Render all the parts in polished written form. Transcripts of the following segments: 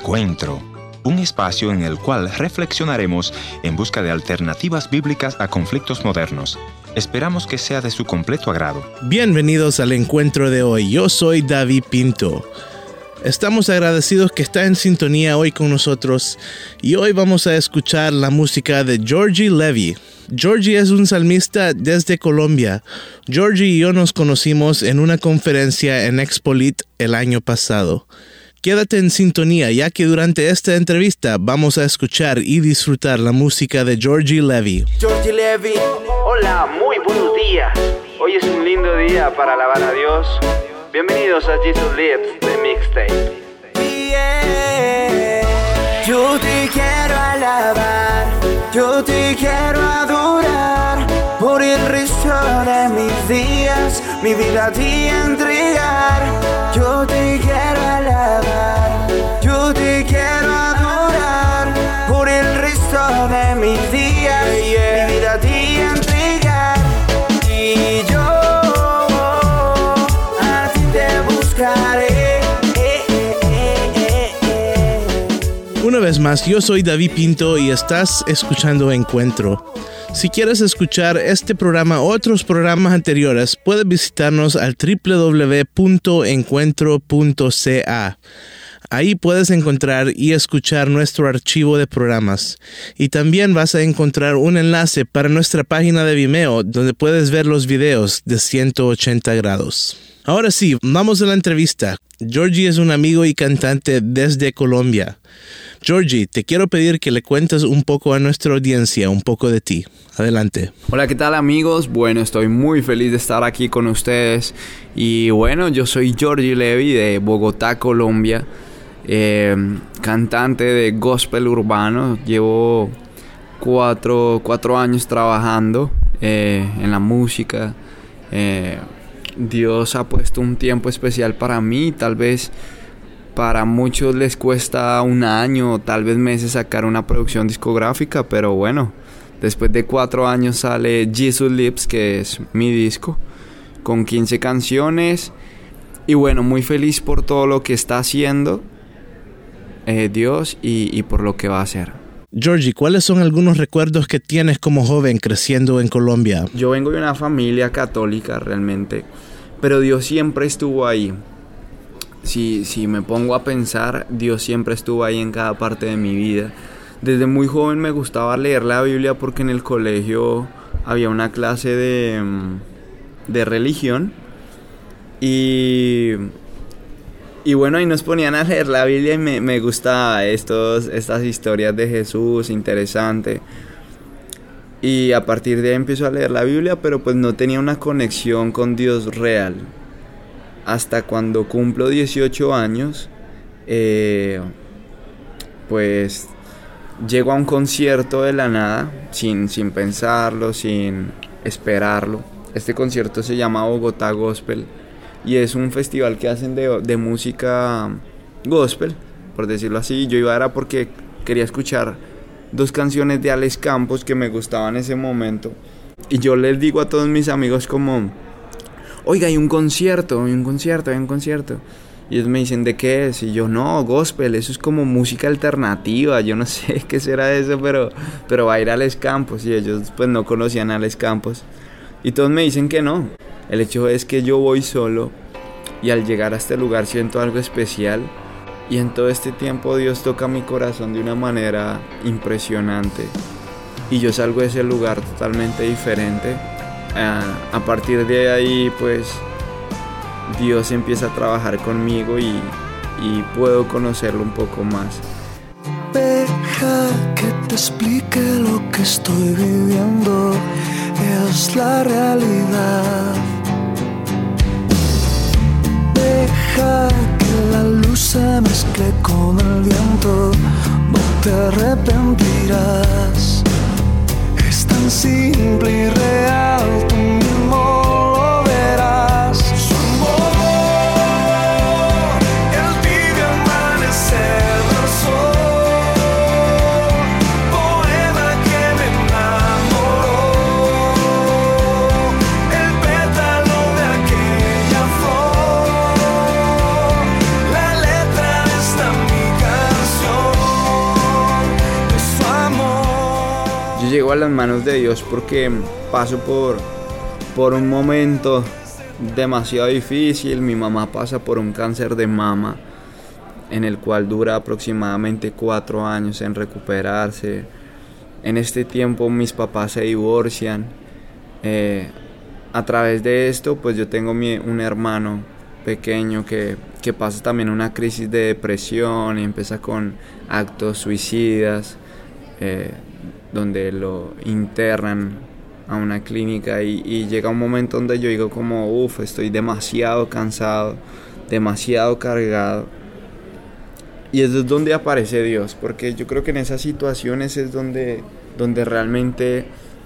Encuentro, un espacio en el cual reflexionaremos en busca de alternativas bíblicas a conflictos modernos. Esperamos que sea de su completo agrado. Bienvenidos al encuentro de hoy. Yo soy David Pinto. Estamos agradecidos que está en sintonía hoy con nosotros y hoy vamos a escuchar la música de Georgie Levy. Georgie es un salmista desde Colombia. Georgie y yo nos conocimos en una conferencia en Expolit el año pasado. Quédate en sintonía, ya que durante esta entrevista vamos a escuchar y disfrutar la música de Georgie Levy. Georgie Levy, hola, muy buenos días. Hoy es un lindo día para alabar a Dios. Bienvenidos a Jesus Lives de Mixtape. Yeah. Yo te quiero alabar, yo te quiero adorar. Por el resto de mis días, mi vida a ti entregar. Yo te quiero alabar, yo te quiero adorar. Por el resto de mis días, mi vida a ti entregar. Y yo a ti te buscaré. Una vez más, yo soy David Pinto y estás escuchando Encuentro. Si quieres escuchar este programa o otros programas anteriores, puedes visitarnos al www.encuentro.ca. Ahí puedes encontrar y escuchar nuestro archivo de programas. Y también vas a encontrar un enlace para nuestra página de Vimeo, donde puedes ver los videos de 180 grados. Ahora sí, vamos a la entrevista. Georgie es un amigo y cantante desde Colombia. Georgie, te quiero pedir que le cuentes un poco a nuestra audiencia, un poco de ti. Adelante. Hola, ¿qué tal, amigos? Bueno, estoy muy feliz de estar aquí con ustedes. Y bueno, yo soy Georgie Levy de Bogotá, Colombia. Cantante de gospel urbano. Llevo cuatro años trabajando en la música. Dios ha puesto un tiempo especial para mí. Tal vez para muchos les cuesta un año, tal vez meses sacar una producción discográfica, pero bueno, después de 4 años sale Jesus Lives, que es mi disco, con 15 canciones. Y bueno, muy feliz por todo lo que está haciendo Dios y por lo que va a hacer. Georgie, ¿cuáles son algunos recuerdos que tienes como joven creciendo en Colombia? Yo vengo de una familia católica realmente, pero Dios siempre estuvo ahí. Si me pongo a pensar, Dios siempre estuvo ahí en cada parte de mi vida. Desde muy joven me gustaba leer la Biblia porque en el colegio había una clase de religión y bueno, ahí nos ponían a leer la Biblia y me gustaba estas historias de Jesús, interesante. Y a partir de ahí empiezo a leer la Biblia, pero pues no tenía una conexión con Dios real. Hasta cuando cumplo 18 años, pues llego a un concierto de la nada, sin pensarlo, sin esperarlo. Este concierto se llama Bogotá Gospel y es un festival que hacen de música gospel, por decirlo así. Yo iba era porque quería escuchar 2 canciones de Alex Campos que me gustaban en ese momento. Y yo les digo a todos mis amigos como: oiga, hay un concierto. Y ellos me dicen, ¿de qué es? Y yo, no, gospel, eso es como música alternativa. Yo no sé qué será eso, pero va a ir Alex Campos. Y ellos pues no conocían a Alex Campos. Y todos me dicen que no. El hecho es que yo voy solo y al llegar a este lugar siento algo especial. Y en todo este tiempo Dios toca mi corazón de una manera impresionante. Y yo salgo de ese lugar totalmente diferente. A partir de ahí pues Dios empieza a trabajar conmigo y puedo conocerlo un poco más. Deja que te explique lo que estoy viviendo, es la realidad. Deja que la luz se mezcle con el viento, no te arrepentirás. Es tan simple y real, tú mismo lo verás. Su amor, el tibio amanecer del sol, poema que me enamoró, el pétalo de aquella flor, la letra de esta mi canción. entrego a las manos de Dios porque paso por un momento demasiado difícil. Mi mamá pasa por un cáncer de mama en el cual dura aproximadamente 4 años en recuperarse. En este tiempo mis papás se divorcian. A través de esto pues yo tengo un hermano pequeño que pasa también una crisis de depresión y empieza con actos suicidas, donde lo internan a una clínica y llega un momento donde yo digo como estoy demasiado cansado, demasiado cargado. Y es donde aparece Dios, porque yo creo que en esas situaciones es donde realmente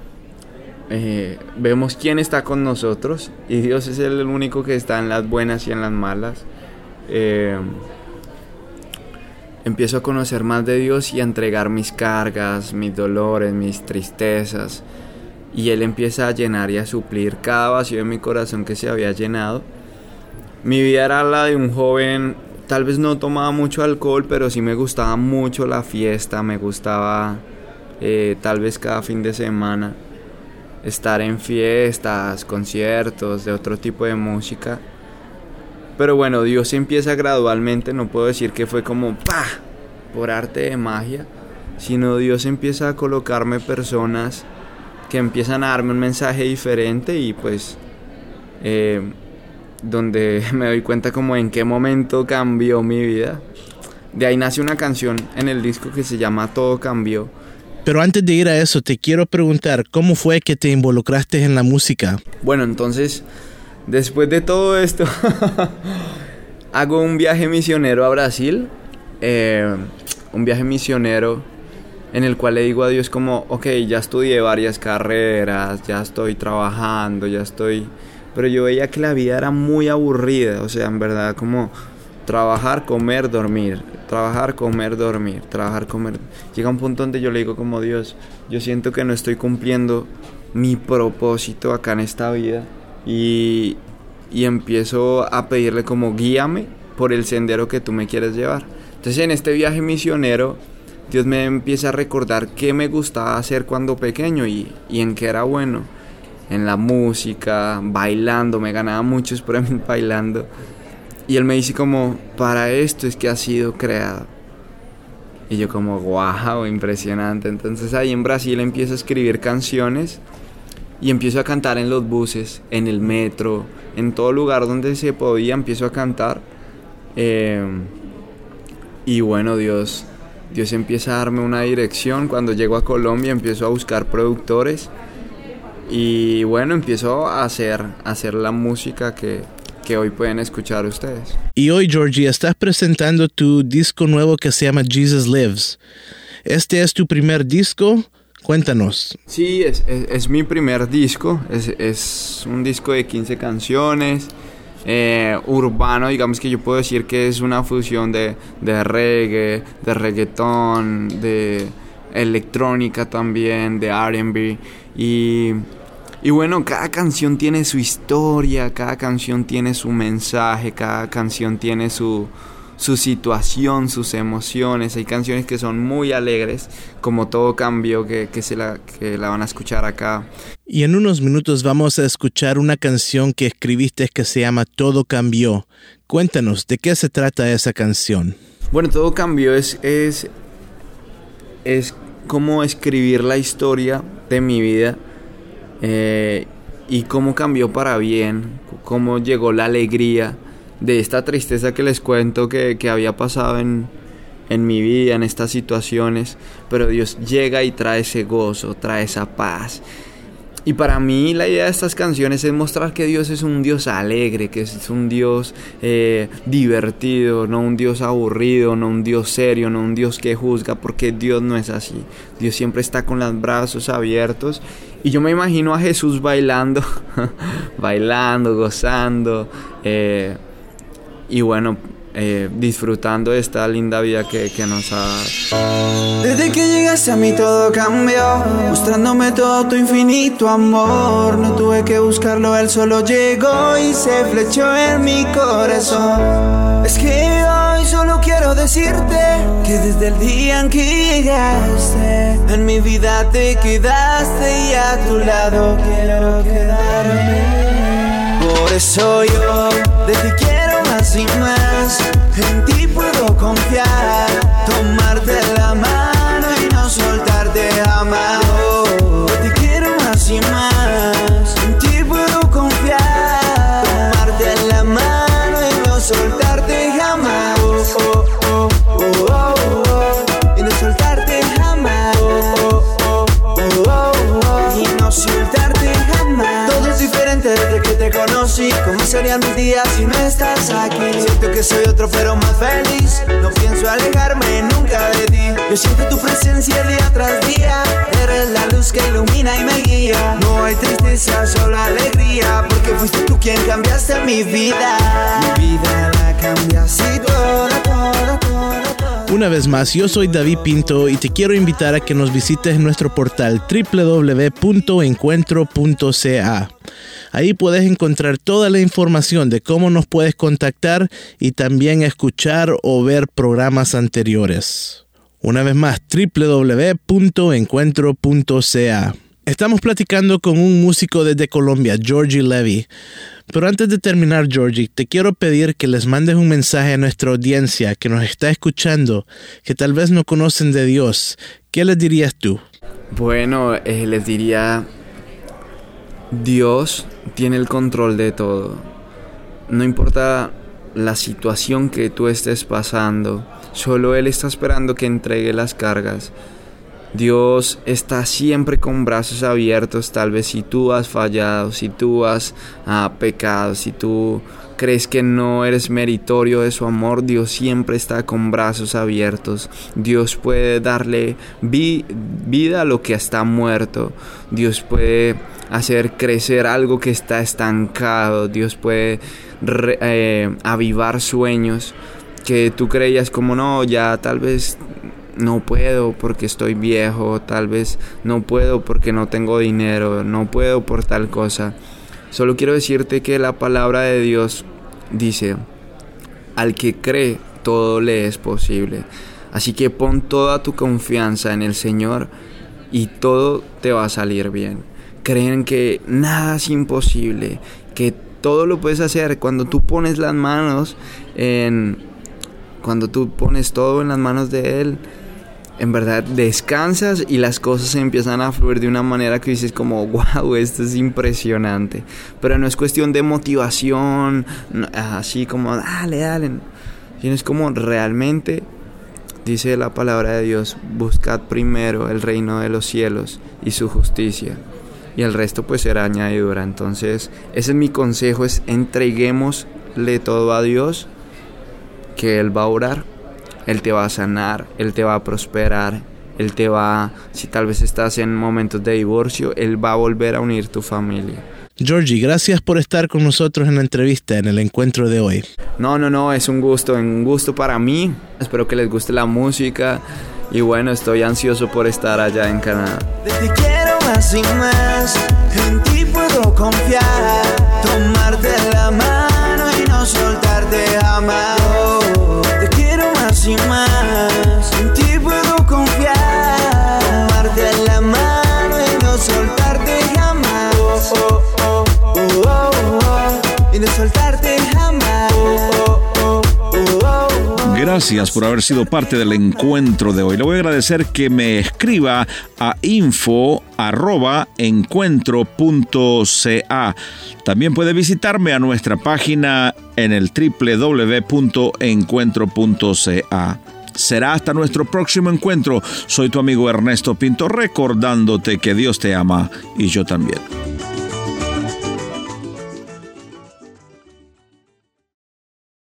vemos quién está con nosotros, y Dios es el único que está en las buenas y en las malas. Empiezo a conocer más de Dios y a entregar mis cargas, mis dolores, mis tristezas, y Él empieza a llenar y a suplir cada vacío en mi corazón que se había llenado. Mi vida era la de un joven. Tal vez no tomaba mucho alcohol, pero sí me gustaba mucho la fiesta, me gustaba tal vez cada fin de semana estar en fiestas, conciertos, de otro tipo de música. Pero bueno, Dios empieza gradualmente, no puedo decir que fue como ¡pah!, por arte de magia, sino Dios empieza a colocarme personas que empiezan a darme un mensaje diferente y pues donde me doy cuenta como en qué momento cambió mi vida. De ahí nace una canción en el disco que se llama Todo Cambió. Pero antes de ir a eso, te quiero preguntar, ¿cómo fue que te involucraste en la música? Bueno, entonces, después de todo esto, hago un viaje misionero a Brasil. Un viaje misionero en el cual le digo a Dios como, ok, ya estudié varias carreras, ya estoy trabajando, pero yo veía que la vida era muy aburrida, o sea, en verdad, como trabajar, comer, dormir, trabajar, comer, dormir, trabajar, comer. Llega un punto donde yo le digo como, Dios, yo siento que no estoy cumpliendo mi propósito acá en esta vida, y empiezo a pedirle como, guíame por el sendero que tú me quieres llevar. Entonces en este viaje misionero Dios me empieza a recordar qué me gustaba hacer cuando pequeño y en qué era bueno. En la música, bailando, me ganaba muchos premios bailando. Y Él me dice como, para esto es que has sido creado. Y yo como, wow, impresionante. Entonces ahí en Brasil empiezo a escribir canciones y empiezo a cantar en los buses, en el metro, en todo lugar donde se podía empiezo a cantar. Y bueno, Dios empieza a darme una dirección. Cuando llego a Colombia empiezo a buscar productores. Y bueno, empiezo a hacer la música que hoy pueden escuchar ustedes. Y hoy, Georgie, estás presentando tu disco nuevo que se llama Jesus Lives. ¿Este es tu primer disco? Cuéntanos. Sí, es mi primer disco. Es un disco de 15 canciones. Urbano, digamos que yo puedo decir que es una fusión de reggae, de reggaetón, de electrónica también, de R&B. Y bueno, cada canción tiene su historia, cada canción tiene su mensaje, cada canción tiene su situación, sus emociones. Hay canciones que son muy alegres, como Todo Cambió, que la van a escuchar acá. Y en unos minutos vamos a escuchar una canción que escribiste que se llama Todo Cambió. Cuéntanos, ¿de qué se trata esa canción? Bueno, Todo Cambió es como escribir la historia de mi vida. Y cómo cambió para bien, cómo llegó la alegría de esta tristeza que les cuento que había pasado en mi vida, en estas situaciones, pero Dios llega y trae ese gozo, trae esa paz. Y para mí la idea de estas canciones es mostrar que Dios es un Dios alegre, que es un Dios divertido, no un Dios aburrido, no un Dios serio, no un Dios que juzga, porque Dios no es así. Dios siempre está con los brazos abiertos. Y yo me imagino a Jesús bailando, gozando, y bueno, disfrutando de esta linda vida que nos ha dado. Desde que llegaste a mí todo cambió, mostrándome todo tu infinito amor. No tuve que buscarlo, Él solo llegó y se flechó en mi corazón. Es que hoy solo quiero decirte que desde el día en que llegaste en mi vida te quedaste y a tu lado quiero quedarme. Por eso yo de ti quiero más y más, en ti puedo confiar, tomarte la mano y no soltarte jamás. De ti quiero más y más, en ti puedo confiar, tomarte la mano y no soltarte jamás. Y no soltarte jamás. Y no soltarte jamás. Todo es diferente desde que te conocí. ¿Cómo serían mis días si no estás aquí? Siento que soy otro pero más feliz. No pienso alejarme nunca de ti. Yo siento tu presencia día tras día. Eres la luz que ilumina y me guía. No hay tristeza, solo alegría, porque fuiste tú quien cambiaste mi vida. Mi vida la cambiaste toda, toda, toda. Una vez más, yo soy David Pinto y te quiero invitar a que nos visites en nuestro portal www.encuentro.ca. Ahí puedes encontrar toda la información de cómo nos puedes contactar y también escuchar o ver programas anteriores. Una vez más, www.encuentro.ca. Estamos platicando con un músico desde Colombia, Georgie Levy. Pero antes de terminar, Georgie, te quiero pedir que les mandes un mensaje a nuestra audiencia que nos está escuchando, que tal vez no conocen de Dios. ¿Qué les dirías tú? Bueno, les diría, Dios tiene el control de todo. No importa la situación que tú estés pasando, solo Él está esperando que entregue las cargas. Dios está siempre con brazos abiertos. Tal vez si tú has fallado, si tú has pecado, si tú crees que no eres meritorio de su amor, Dios siempre está con brazos abiertos. Dios puede darle vida a lo que está muerto. Dios puede hacer crecer algo que está estancado. Dios puede avivar sueños que tú creías como no, ya tal vez no puedo porque estoy viejo, tal vez no puedo porque no tengo dinero, no puedo por tal cosa. Solo quiero decirte que la palabra de Dios dice, al que cree todo le es posible. Así que pon toda tu confianza en el Señor y todo te va a salir bien. Creen que nada es imposible, que todo lo puedes hacer cuando tú pones las manos cuando tú pones todo en las manos de Él. En verdad descansas y las cosas empiezan a fluir de una manera que dices como wow, esto es impresionante. Pero no es cuestión de motivación, así como dale. Sino es como realmente, dice la palabra de Dios, buscad primero el reino de los cielos y su justicia, y el resto pues será añadidura. Entonces ese es mi consejo, es entreguémosle todo a Dios, que Él va a orar. Él te va a sanar, Él te va a prosperar, Él te va, si tal vez estás en momentos de divorcio, Él va a volver a unir tu familia. Georgie, gracias por estar con nosotros en la entrevista, en el encuentro de hoy. No, es un gusto para mí. Espero que les guste la música y bueno, estoy ansioso por estar allá en Canadá. De ti quiero más y más, en ti puedo confiar, tomarte la mano y no soltarte jamás. Te quiero más y más, en ti puedo confiar, tomarte la mano y no soltarte jamás. Y no soltarte jamás. Gracias por haber sido parte del encuentro de hoy. Le voy a agradecer que me escriba a info@encuentro.ca. También puede visitarme a nuestra página en el www.encuentro.ca. Será hasta nuestro próximo encuentro. Soy tu amigo Ernesto Pinto, recordándote que Dios te ama y yo también.